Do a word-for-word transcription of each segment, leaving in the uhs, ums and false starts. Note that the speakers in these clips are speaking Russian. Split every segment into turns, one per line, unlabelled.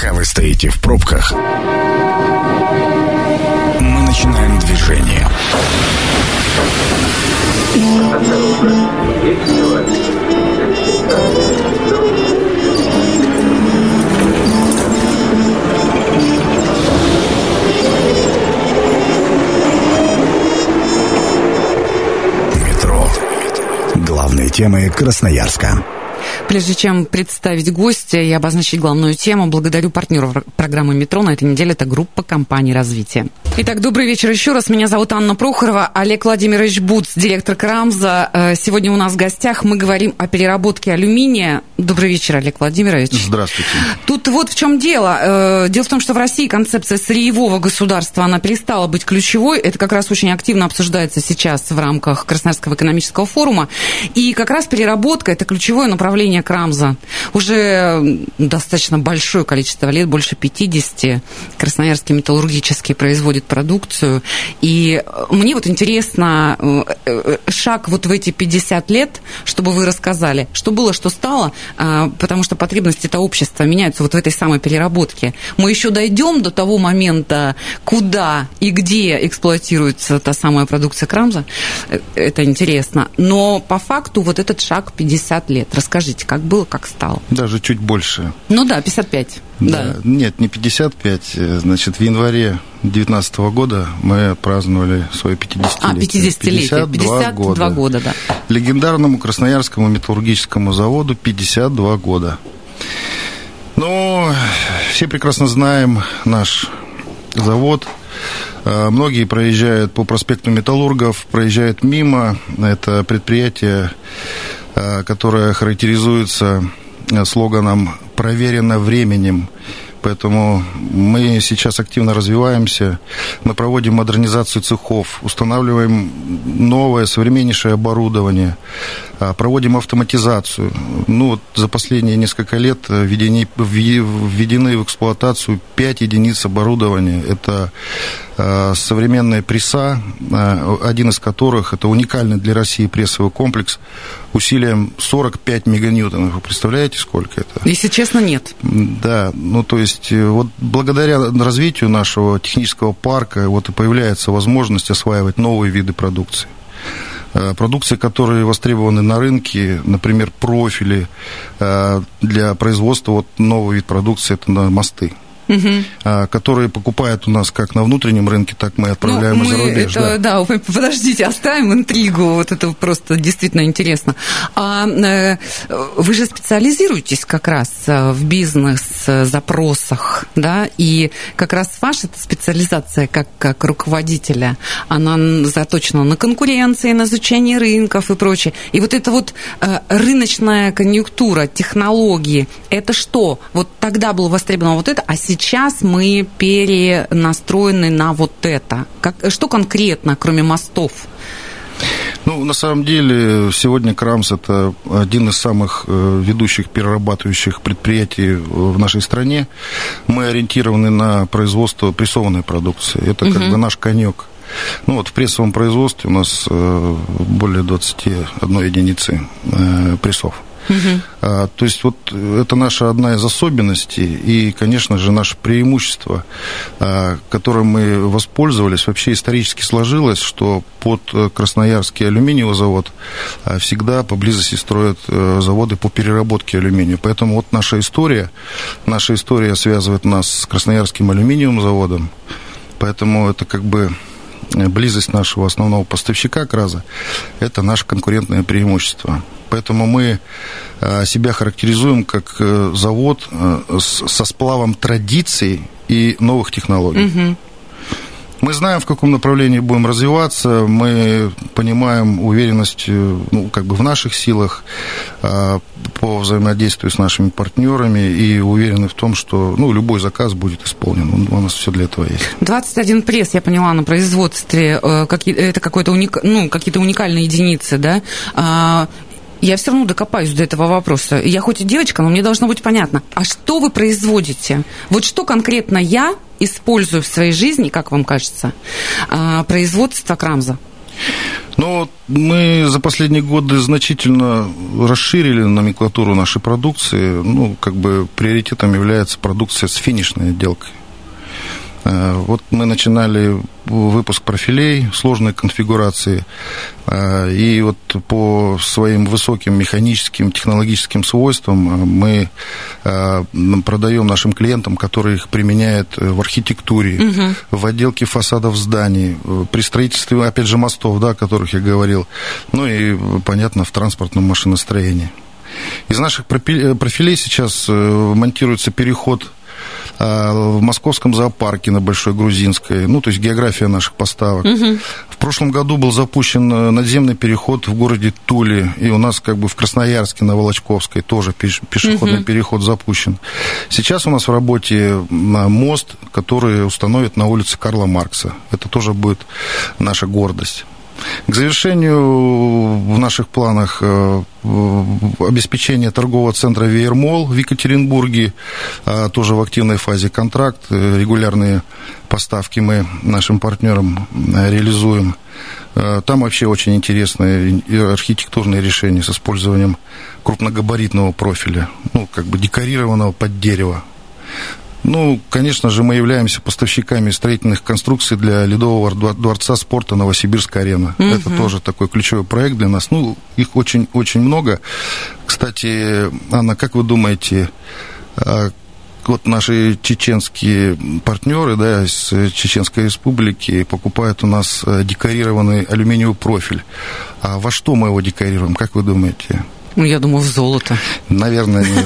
Пока вы стоите в пробках, мы начинаем движение. Метро. Главные темы Красноярска.
Прежде чем представить гостя и обозначить главную тему, благодарю партнеров программы «Метро». На этой неделе это группа компаний развития. Итак, добрый вечер еще раз. Меня зовут Анна Прохорова. Олег Владимирович Буц, директор Крамза. Сегодня у нас в гостях. Мы говорим о переработке алюминия. Добрый вечер, Олег Владимирович.
Здравствуйте.
Тут вот в чем дело. Дело в том, что в России концепция сырьевого государства, она перестала быть ключевой. Это как раз очень активно обсуждается сейчас в рамках Красноярского экономического форума. И как раз переработка – это ключевое направление Крамза. Уже достаточно большое количество лет, больше пятидесяти, Красноярский металлургический производит продукцию. И мне вот интересно, шаг вот в эти пятьдесят лет, чтобы вы рассказали, что было, что стало, потому что потребности-то общества меняются вот в этой самой переработке. Мы еще дойдем до того момента, куда и где эксплуатируется та самая продукция Крамза. Это интересно. Но по факту вот этот шаг пятьдесят лет. Расскажите, как было, как стало?
Даже чуть больше.
Ну да, пятьдесят пять.
Да.
Да.
Нет, не пятьдесят пять. Значит, в январе две тысячи девятнадцатого года мы праздновали свое пятидесятилетие.
А, пятидесятилетие. пятьдесят два года, да.
Легендарному Красноярскому металлургическому заводу пятьдесят два года. Ну, все прекрасно знаем наш завод. Многие проезжают по проспекту Металлургов, проезжают мимо. Это предприятие, которое характеризуется слоганом «проверено временем». Поэтому мы сейчас активно развиваемся, мы проводим модернизацию цехов, устанавливаем новое, современнейшее оборудование, проводим автоматизацию. Ну, вот за последние несколько лет введены, введены в эксплуатацию пять единиц оборудования. Это современные пресса, один из которых, это уникальный для России прессовый комплекс, усилием сорок пять меганьютонов. Вы представляете, сколько это?
Если честно, нет.
Да, ну то есть вот благодаря развитию нашего технического парка вот и появляется возможность осваивать новые виды продукции. Продукции, которые востребованы на рынке, например, профили для производства, вот новый вид продукции, это мосты. Угу. Которые покупают у нас как на внутреннем рынке, так мы отправляем ну, мы за рубеж.
Это, да. да, подождите, оставим интригу, вот это просто действительно интересно. А вы же специализируетесь как раз в бизнес-запросах, да, и как раз ваша специализация как, как руководителя, она заточена на конкуренции, на изучение рынков и прочее. И вот эта вот рыночная конъюнктура, технологии, это что? Вот тогда было востребовано вот это, а сейчас Сейчас мы перенастроены на вот это. Как, что конкретно, кроме мостов?
Ну, на самом деле, сегодня Крамз – это один из самых ведущих перерабатывающих предприятий в нашей стране. Мы ориентированы на производство прессованной продукции. Это как угу. бы наш конек. Ну, вот в прессовом производстве у нас более двадцати одной единицы прессов. Uh-huh. А, то есть вот это наша одна из особенностей и, конечно же, наше преимущество, а, которым мы воспользовались. Вообще исторически сложилось, что под Красноярский алюминиевый завод а, всегда поблизости строят а, заводы по переработке алюминия. Поэтому вот наша история, наша история связывает нас с Красноярским алюминиевым заводом. Поэтому это как бы близость нашего основного поставщика КРАЗа – это наше конкурентное преимущество. Поэтому мы себя характеризуем как завод со сплавом традиций и новых технологий. Угу. Мы знаем, в каком направлении будем развиваться, мы понимаем уверенность, ну, как бы в наших силах по взаимодействию с нашими партнерами и уверены в том, что ну, любой заказ будет исполнен. У нас все для этого есть.
двадцать один пресс, я поняла, на производстве, это какой-то уник... ну, какие-то уникальные единицы, да? Я все равно докопаюсь до этого вопроса. Я хоть и девочка, но мне должно быть понятно. А что вы производите? Вот что конкретно я использую в своей жизни, как вам кажется, производство Крамза?
Ну, мы за последние годы значительно расширили номенклатуру нашей продукции. Ну, как бы приоритетом является продукция с финишной отделкой. Вот мы начинали выпуск профилей, сложной конфигурации, и вот по своим высоким механическим, технологическим свойствам мы продаем нашим клиентам, которые их применяют в архитектуре, угу. в отделке фасадов зданий, при строительстве, опять же, мостов, да, о которых я говорил, ну и, понятно, в транспортном машиностроении. Из наших профилей сейчас монтируется переход в Московском зоопарке на Большой Грузинской, ну, то есть география наших поставок. Угу. В прошлом году был запущен надземный переход в городе Туле, и у нас как бы в Красноярске на Волочковской тоже пешеходный угу. переход запущен. Сейчас у нас в работе мост, который установят на улице Карла Маркса. Это тоже будет наша гордость. К завершению в наших планах обеспечение торгового центра Веермол в Екатеринбурге, тоже в активной фазе контракт, регулярные поставки мы нашим партнерам реализуем. Там вообще очень интересные архитектурные решения с использованием крупногабаритного профиля, ну, как бы декорированного под дерево. Ну, конечно же, мы являемся поставщиками строительных конструкций для Ледового дворца спорта Новосибирская арена. Угу. Это тоже такой ключевой проект для нас. Ну, их очень-очень много. Кстати, Анна, как вы думаете, вот наши чеченские партнеры, да, из Чеченской Республики покупают у нас декорированный алюминиевый профиль. А во что мы его декорируем, как вы думаете?
Ну, я думаю, в золото.
Наверное, нет.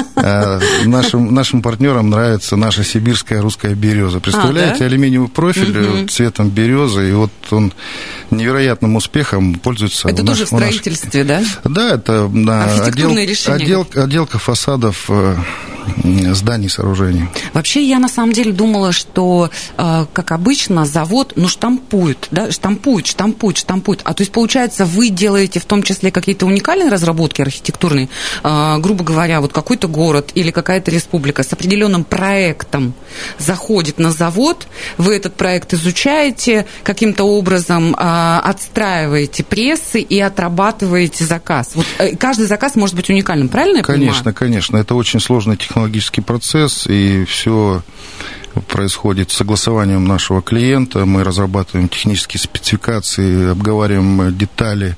Нашим, нашим партнерам нравится наша сибирская русская береза. Представляете, а, да? алюминиевый профиль угу. цветом березы, и вот он невероятным успехом пользуется.
Это
в
тоже
наш,
в строительстве,
в наш... да? Да, это да,
архитектурные
отдел,
решения.
Отдел, отделка фасадов зданий, сооружений.
Вообще, я на самом деле думала, что, как обычно, завод, ну, штампует, да, штампует, штампует, штампует. А то есть, получается, вы делаете в том числе какие-то уникальные разработки архитектурные, грубо говоря, вот какой-то город или какая-то республика с определенным проектом заходит на завод, вы этот проект изучаете, каким-то образом отстраиваете прессы и отрабатываете заказ. Вот каждый заказ может быть уникальным, правильно я понимаю?
Конечно, конечно. Это очень сложный технологический процесс, и все происходит с согласованием нашего клиента. Мы разрабатываем технические спецификации, обговариваем детали,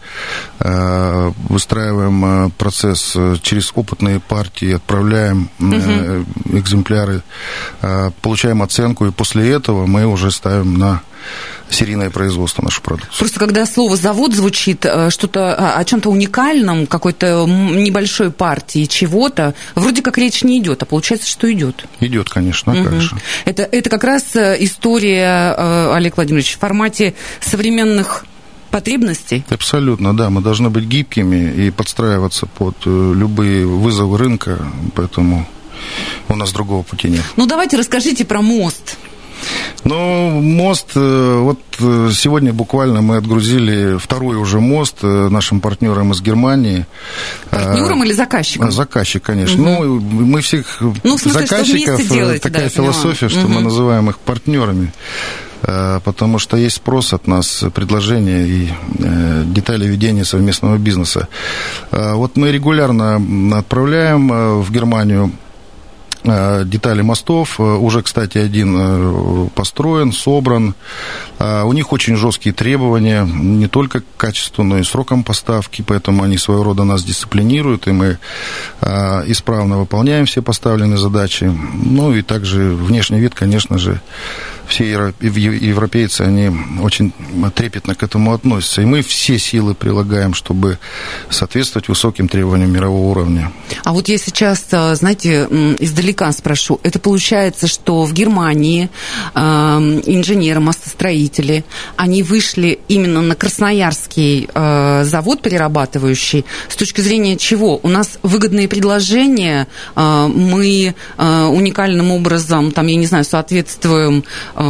выстраиваем процесс через опытные партии, отправляем угу. экземпляры, получаем оценку, и после этого мы уже ставим на серийное производство нашу продукцию.
Просто когда слово «завод» звучит, что-то о чем-то уникальном, какой-то небольшой партии чего-то, вроде как речь не идет, а получается, что идет.
Идет, конечно, а угу. как же.
Это, это как раз история, Олег Владимирович, в формате современных потребностей?
Абсолютно, да. Мы должны быть гибкими и подстраиваться под любые вызовы рынка, поэтому у нас другого пути нет.
Ну, давайте расскажите про мост.
Ну, мост, вот сегодня буквально мы отгрузили второй уже мост нашим партнерам из Германии.
Партнерам или заказчикам?
Заказчик, конечно. Угу. Ну, мы всех ну, в смысле, заказчиков, делаете, такая да, философия, что угу. мы называем их партнерами, потому что есть спрос от нас, предложения и детали ведения совместного бизнеса. Вот мы регулярно отправляем в Германию детали мостов. Уже, кстати, один построен, собран. У них очень жесткие требования, не только к качеству, но и срокам поставки, поэтому они своего рода нас дисциплинируют, и мы исправно выполняем все поставленные задачи. Ну и также внешний вид, конечно же, все европейцы, они очень трепетно к этому относятся. И мы все силы прилагаем, чтобы соответствовать высоким требованиям мирового уровня.
А вот я сейчас, знаете, издалека спрошу. Это получается, что в Германии э, инженеры, мостостроители, они вышли именно на красноярский э, завод перерабатывающий. С точки зрения чего? У нас выгодные предложения, э, мы э, уникальным образом, там, я не знаю, соответствуем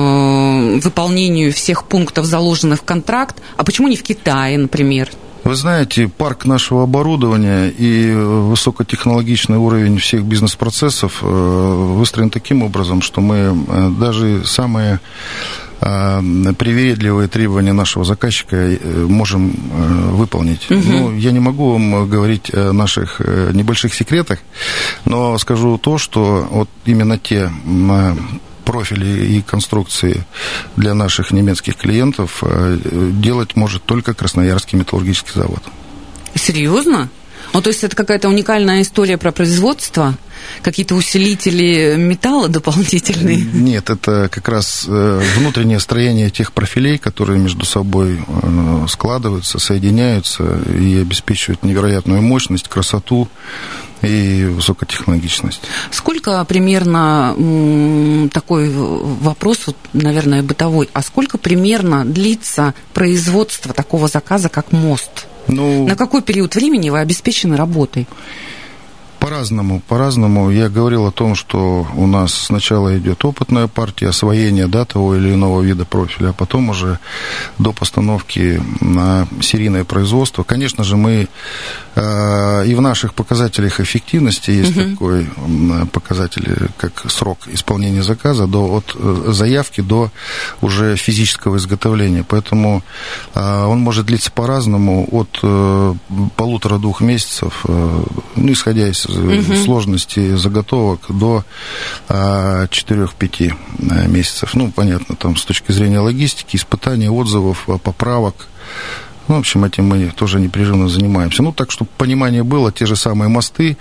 выполнению всех пунктов, заложенных в контракт. А почему не в Китае, например?
Вы знаете, парк нашего оборудования и высокотехнологичный уровень всех бизнес-процессов выстроен таким образом, что мы даже самые привередливые требования нашего заказчика можем выполнить. Угу. Ну, я не могу вам говорить о наших небольших секретах, но скажу то, что вот именно те профили и конструкции для наших немецких клиентов делать может только Красноярский металлургический завод.
Серьезно? Ну, то есть это какая-то уникальная история про производство? Какие-то усилители металла дополнительные?
Нет, это как раз внутреннее строение тех профилей, которые между собой складываются, соединяются и обеспечивают невероятную мощность, красоту и высокотехнологичность.
Сколько примерно, такой вопрос, наверное, бытовой, а сколько примерно длится производство такого заказа, как мост? Ну, на какой период времени вы обеспечены работой?
По-разному, по-разному. Я говорил о том, что у нас сначала идет опытная партия, освоение, да, того или иного вида профиля, а потом уже до постановки на серийное производство. Конечно же, мы э, и в наших показателях эффективности есть uh-huh. такой показатель, как срок исполнения заказа до, от заявки до уже физического изготовления. Поэтому э, он может длиться по-разному, от э, полутора-двух месяцев, э, ну, исходя из угу. сложности заготовок до четырех-пяти месяцев. Ну, понятно, там с точки зрения логистики, испытаний, отзывов, поправок. Ну, в общем, этим мы тоже непрерывно занимаемся. Ну, так, чтобы понимание было, те же самые мосты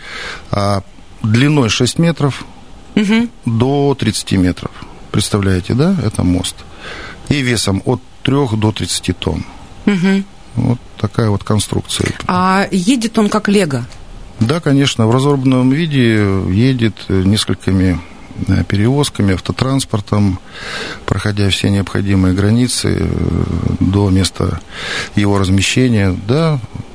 длиной шесть метров угу. до тридцати метров. Представляете, да? Это мост. И весом от трёх до тридцати тонн. Угу. Вот такая вот конструкция.
А едет он как лего?
Да, конечно, в разорванном виде едет несколькими перевозками, автотранспортом, проходя все необходимые границы до места его размещения. Да,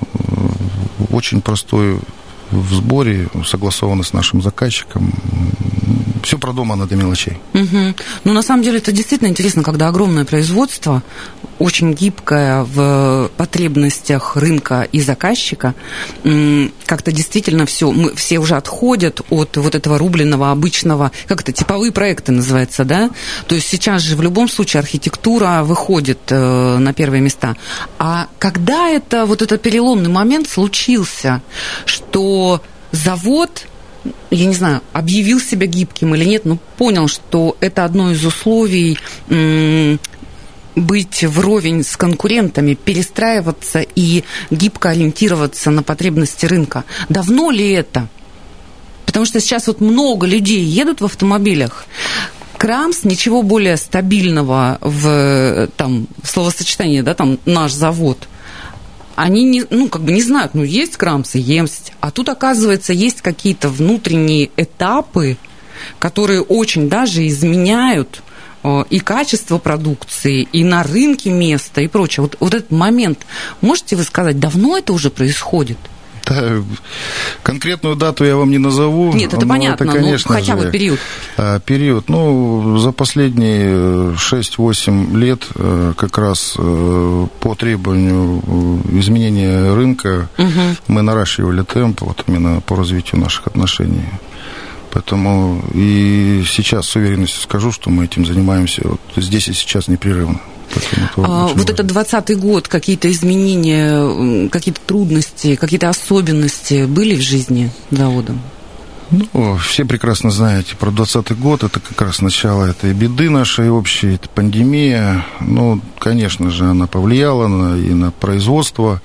очень простой в сборе, согласованно с нашим заказчиком. Все продумано до мелочей. Угу.
Ну, на самом деле, это действительно интересно, когда огромное производство, очень гибкое в потребностях рынка и заказчика, как-то действительно все, мы, все уже отходят от вот этого рубленного, обычного, как это, типовые проекты называется, да? То есть сейчас же в любом случае архитектура выходит э, на первые места. А когда это, вот этот переломный момент случился, что завод, я не знаю, объявил себя гибким или нет, но понял, что это одно из условий м- быть вровень с конкурентами, перестраиваться и гибко ориентироваться на потребности рынка. Давно ли это? Потому что сейчас вот много людей едут в автомобилях. Крамс, ничего более стабильного в там, словосочетании, да, там наш завод, они не, ну, как бы не знают, ну, есть Крамс и есть, а тут, оказывается, есть какие-то внутренние этапы, которые очень даже изменяют и качество продукции, и на рынке место, и прочее. Вот, вот этот момент, можете вы сказать, давно это уже происходит?
Да, конкретную дату я вам не назову.
Нет, это понятно, это, конечно, ну, хотя бы период.
Период, ну, за последние шесть-восемь лет как раз по требованию изменения рынка угу. мы наращивали темп вот именно по развитию наших отношений. Поэтому и сейчас с уверенностью скажу, что мы этим занимаемся вот здесь и сейчас непрерывно.
А, вот этот двадцатый год, какие-то изменения, какие-то трудности, какие-то особенности были в жизни завода?
Ну, все прекрасно знаете про двадцатый год, это как раз начало этой беды нашей общей, это пандемия. Ну, конечно же, она повлияла на, и на производство.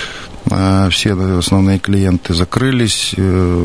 Все основные клиенты закрылись,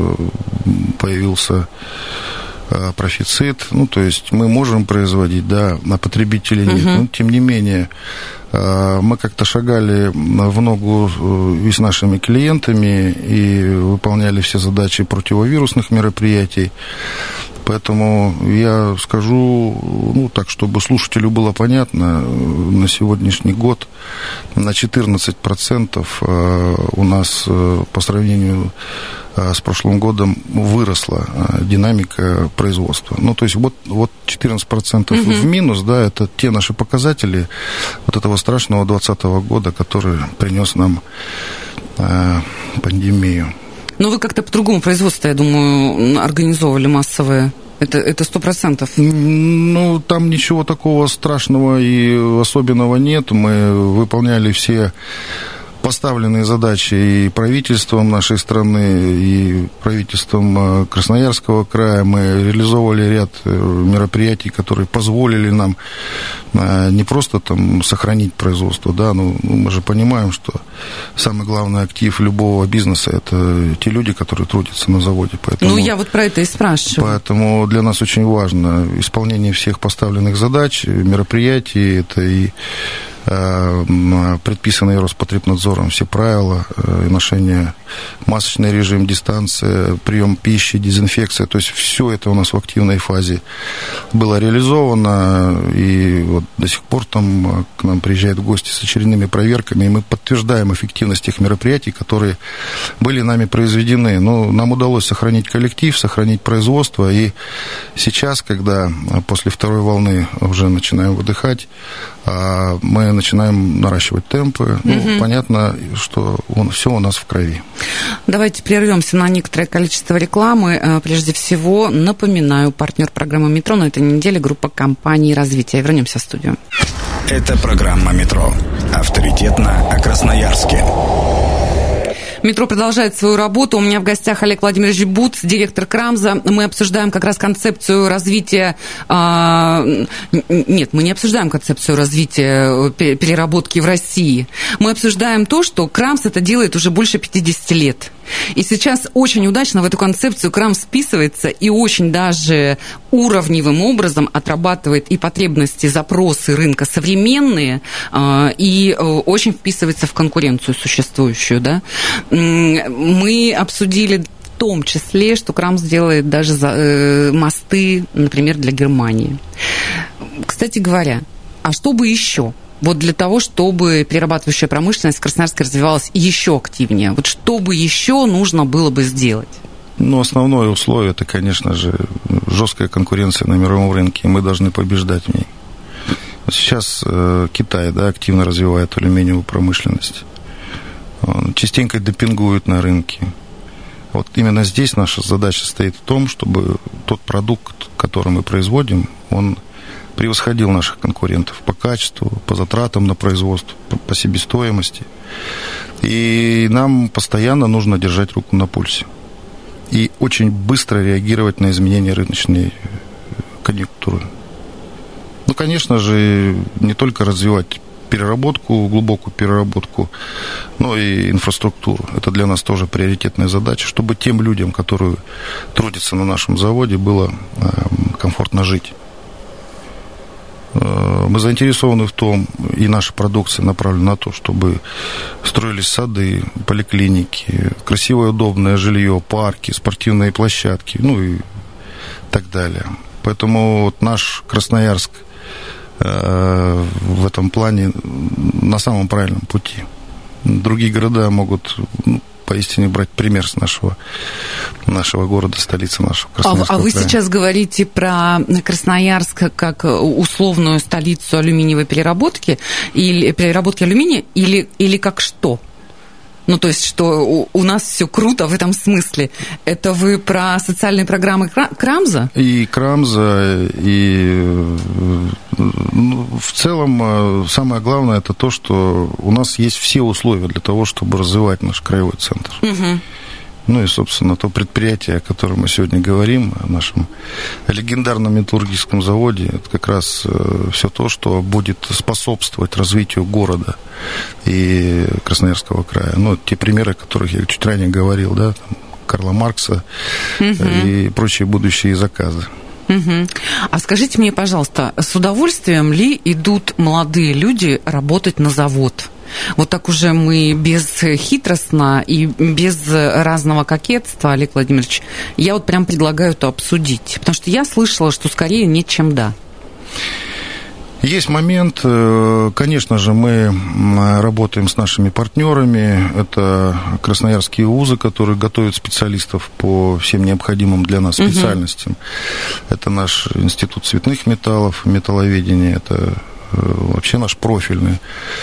появился профицит, ну, то есть мы можем производить, да, а потребителей нет, uh-huh. но тем не менее мы как-то шагали в ногу и с нашими клиентами и выполняли все задачи противовирусных мероприятий. Поэтому я скажу, ну, так, чтобы слушателю было понятно, на сегодняшний год на четырнадцать процентов у нас по сравнению с прошлым годом выросла динамика производства. Ну, то есть вот, вот четырнадцать процентов угу. в минус, да, это те наши показатели вот этого страшного двадцатого года, который принес нам э, пандемию.
Но вы как-то по-другому производство, я думаю, организовывали массовое. Это, это сто процентов.
Ну, там ничего такого страшного и особенного нет. Мы выполняли все поставленные задачи и правительством нашей страны, и правительством Красноярского края. Мы реализовывали ряд мероприятий, которые позволили нам не просто там сохранить производство, да, но мы же понимаем, что самый главный актив любого бизнеса – это те люди, которые трудятся на заводе. Поэтому,
ну, я вот про это и спрашиваю.
Поэтому для нас очень важно исполнение всех поставленных задач, мероприятий, это и предписанные Роспотребнадзором все правила, ношение, масочный режим, дистанция, прием пищи, дезинфекция, то есть все это у нас в активной фазе было реализовано, и вот до сих пор там к нам приезжают гости с очередными проверками, и мы подтверждаем эффективность тех мероприятий, которые были нами произведены. Но нам удалось сохранить коллектив, сохранить производство, и сейчас, когда после второй волны уже начинаем выдыхать, мы начинаем наращивать темпы. Угу. Ну, понятно, что он, все у нас в крови.
Давайте прервемся на некоторое количество рекламы. Прежде всего, напоминаю, партнер программы «Метро» на этой неделе — группа компаний «Развитие». Вернемся в студию.
Это программа «Метро». Авторитетно о Красноярске.
Метро продолжает свою работу. У меня в гостях Олег Владимирович Буц, директор Крамза. Мы обсуждаем как раз концепцию развития... Э, нет, мы не обсуждаем концепцию развития переработки в России. Мы обсуждаем то, что Крамз это делает уже больше пятьдесят лет. И сейчас очень удачно в эту концепцию Крамз вписывается и очень даже уровневым образом отрабатывает и потребности, запросы рынка современные, э, и э, очень вписывается в конкуренцию существующую, да. Мы обсудили в том числе, что Крамз делает даже за, э, мосты, например, для Германии. Кстати говоря, а что бы еще? Вот для того, чтобы перерабатывающая промышленность в Красноярске развивалась еще активнее. Вот что бы еще нужно было бы сделать?
Ну, основное условие – это, конечно же, жесткая конкуренция на мировом рынке, и мы должны побеждать в ней. Сейчас э, Китай, да, активно развивает алюминиевую промышленность. Он частенько демпингует на рынке. Вот именно здесь наша задача стоит в том, чтобы тот продукт, который мы производим, он превосходил наших конкурентов по качеству, по затратам на производство, по себестоимости. И нам постоянно нужно держать руку на пульсе. И очень быстро реагировать на изменения рыночной конъюнктуры. Ну, конечно же, не только развивать переработку, глубокую переработку, но и инфраструктуру. Это для нас тоже приоритетная задача, чтобы тем людям, которые трудятся на нашем заводе, было комфортно жить. Мы заинтересованы в том, и наша продукция направлена на то, чтобы строились сады, поликлиники, красивое удобное жилье, парки, спортивные площадки, ну и так далее. Поэтому вот наш Красноярск э, в этом плане на самом правильном пути. Другие города могут... Ну, поистине брать пример с нашего, нашего города, столицы нашего Красноярского
А, а вы
края.
сейчас говорите про Красноярск как условную столицу алюминиевой переработки, или переработки алюминия, или, или как что? Ну, то есть, что у, у нас все круто в этом смысле. Это вы про социальные программы Крамза?
И Крамза, и ну, в целом самое главное это то, что у нас есть все условия для того, чтобы развивать наш краевой центр. Угу. Ну и, собственно, то предприятие, о котором мы сегодня говорим, о нашем легендарном металлургическом заводе, это как раз все то, что будет способствовать развитию города и Красноярского края. Ну, те примеры, о которых я чуть ранее говорил, да, там, Карла Маркса угу. и прочие будущие заказы.
Угу. А скажите мне, пожалуйста, с удовольствием ли идут молодые люди работать на завод? Вот так уже мы бесхитростно и без разного кокетства, Олег Владимирович, я вот прям предлагаю это обсудить. Потому что я слышала, что скорее нет, чем да.
Есть момент, конечно же, мы работаем с нашими партнерами. Это красноярские вузы, которые готовят специалистов по всем необходимым для нас специальностям. Угу. Это наш институт цветных металлов, металловедения, это вообще наш профильный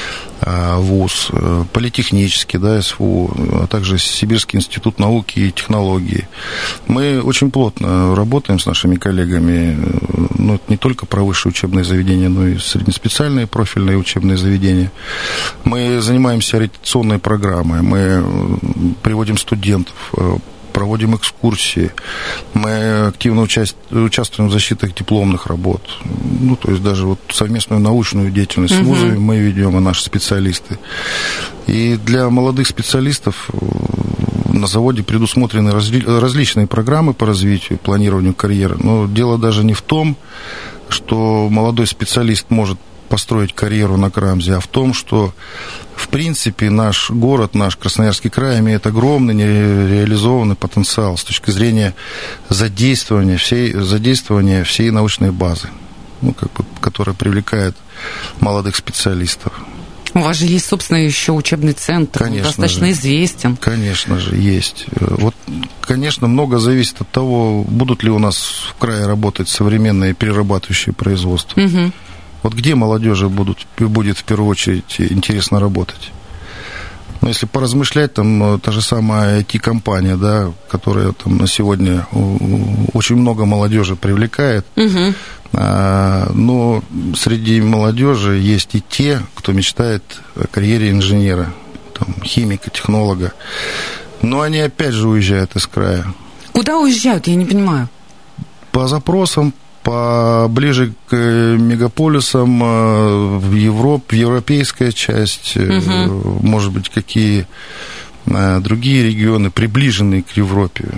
вуз, политехнический, да, СФУ, а также Сибирский институт науки и технологий. Мы очень плотно работаем с нашими коллегами, ну, это не только про высшие учебные заведения, но и среднеспециальные профильные учебные заведения. Мы занимаемся ориентационной программой, мы приводим студентов, проводим экскурсии, мы активно участвуем в защитах дипломных работ, ну, то есть даже вот совместную научную деятельность с вузами мы ведем, и наши специалисты. И для молодых специалистов на заводе предусмотрены разли- различные программы по развитию, планированию карьеры, но дело даже не в том, что молодой специалист может построить карьеру на Крамзе, а в том, что, в принципе, наш город, наш Красноярский край имеет огромный нереализованный потенциал с точки зрения задействования всей, задействования всей научной базы, ну, как бы, которая привлекает молодых специалистов.
У вас же есть, собственно, еще учебный центр,
конечно
достаточно
же,
известен.
Конечно же, есть. Вот, конечно, много зависит от того, будут ли у нас в крае работать современные перерабатывающие производства. Угу. Вот где молодежи будут, будет в первую очередь интересно работать? Ну, если поразмышлять, там та же самая ай ти-компания, да, которая там на сегодня очень много молодежи привлекает, угу. а, но среди молодежи есть и те, кто мечтает о карьере инженера, там, химика, технолога. Но они опять же уезжают из края.
Куда уезжают, я не понимаю.
По запросам, поближе к мегаполисам, в Европу, в европейская часть, угу. может быть, какие другие регионы, приближенные к Европе.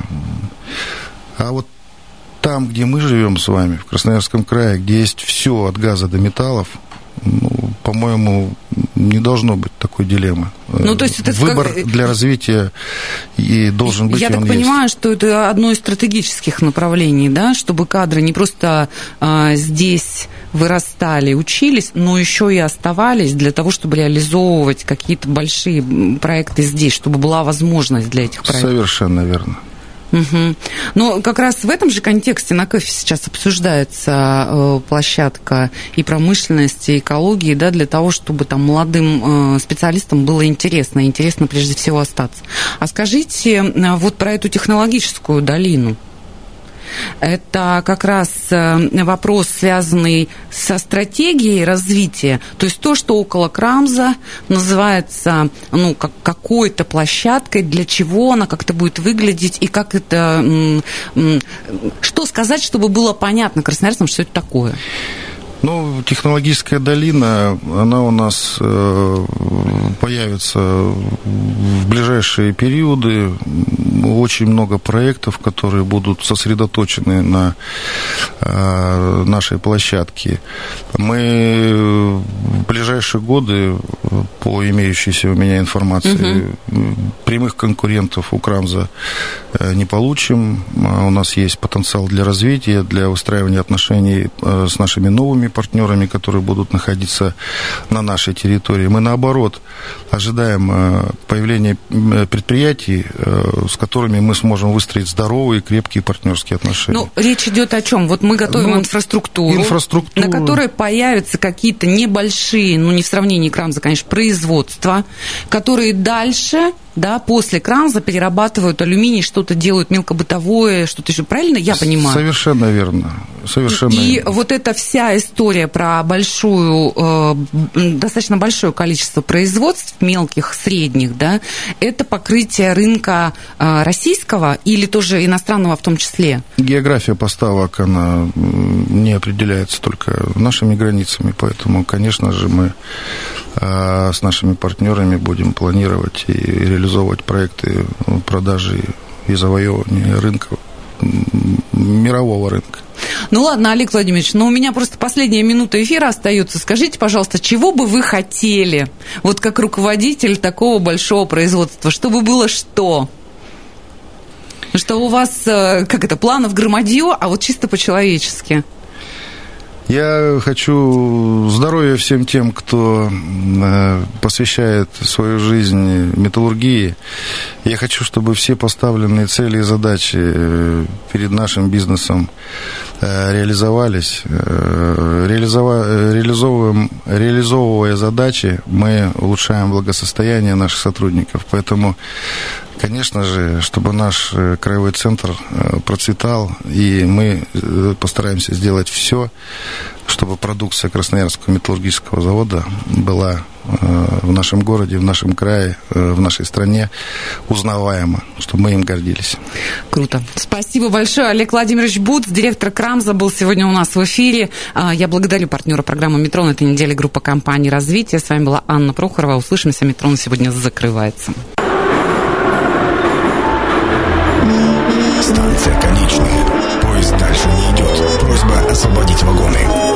А вот там, где мы живем с вами, в Красноярском крае, где есть все от газа до металлов, ну, по-моему, не должно быть такой дилеммы. Ну, то есть это выбор как... для развития и должен быть.
Я так понимаю, есть. Что это одно из стратегических направлений, да, чтобы кадры не просто а, здесь вырастали, учились, но еще и оставались для того, чтобы реализовывать какие-то большие проекты здесь, чтобы была возможность для этих проектов.
Совершенно верно.
Угу. Но как раз в этом же контексте на КЭФе сейчас обсуждается э, площадка и промышленности, и экологии, да, для того, чтобы там молодым э, специалистам было интересно, интересно прежде всего остаться. А скажите э, вот про эту технологическую долину. Это как раз вопрос, связанный со стратегией развития, то есть то, что около Крамза называется, ну, как какой-то площадкой, для чего она как-то будет выглядеть и как это, что сказать, чтобы было понятно красноярцам, что это такое.
Ну, технологическая долина, она у нас э, появится в ближайшие периоды. Очень много проектов, которые будут сосредоточены на э, нашей площадке. Мы в ближайшие годы, по имеющейся у меня информации, угу. прямых конкурентов у Крамза не получим. У нас есть потенциал для развития, для выстраивания отношений с нашими новыми партнерами, которые будут находиться на нашей территории. Мы, наоборот, ожидаем появления предприятий, с которыми мы сможем выстроить здоровые, крепкие партнерские отношения.
Ну, речь идет о чем? Вот мы готовим ну, инфраструктуру, инфраструктуру, на которой появятся какие-то небольшие, ну, не в сравнении Крамза, конечно, производства, которые дальше... Да, после Крамза перерабатывают алюминий, что-то делают мелкобытовое, что-то еще. Правильно я понимаю?
Совершенно верно. Совершенно
и
верно.
Вот эта вся история про большую, э, достаточно большое количество производств, мелких, средних, да, это покрытие рынка э, российского или тоже иностранного в том числе?
География поставок, она не определяется только нашими границами, поэтому, конечно же, мы э, с нашими партнерами будем планировать и реализовывать проекты продажи и завоевания рынков, мирового рынка.
Ну ладно, Олег Владимирович, но у меня просто последняя минута эфира остается. Скажите, пожалуйста, чего бы вы хотели, вот как руководитель такого большого производства, чтобы было что? Что у вас, как это, планов громадье, а вот чисто по-человечески?
Я хочу здоровья всем тем, кто посвящает свою жизнь металлургии. Я хочу, чтобы все поставленные цели и задачи перед нашим бизнесом реализовались. Реализова... Реализовываем реализовывая задачи, мы улучшаем благосостояние наших сотрудников. Поэтому, конечно же, чтобы наш краевой центр процветал, и мы постараемся сделать все, чтобы продукция Красноярского металлургического завода была в нашем городе, в нашем крае, в нашей стране узнаваема, чтобы мы им гордились.
Круто. Спасибо большое. Олег Владимирович Буц, директор Крамза, был сегодня у нас в эфире. Я благодарю партнера программы «Метро» на этой неделе, группа компаний «Развитие». С вами была Анна Прохорова. Услышимся. «Метро» на сегодня закрывается.
Станция конечная. Поезд дальше не идет. Просьба освободить вагоны.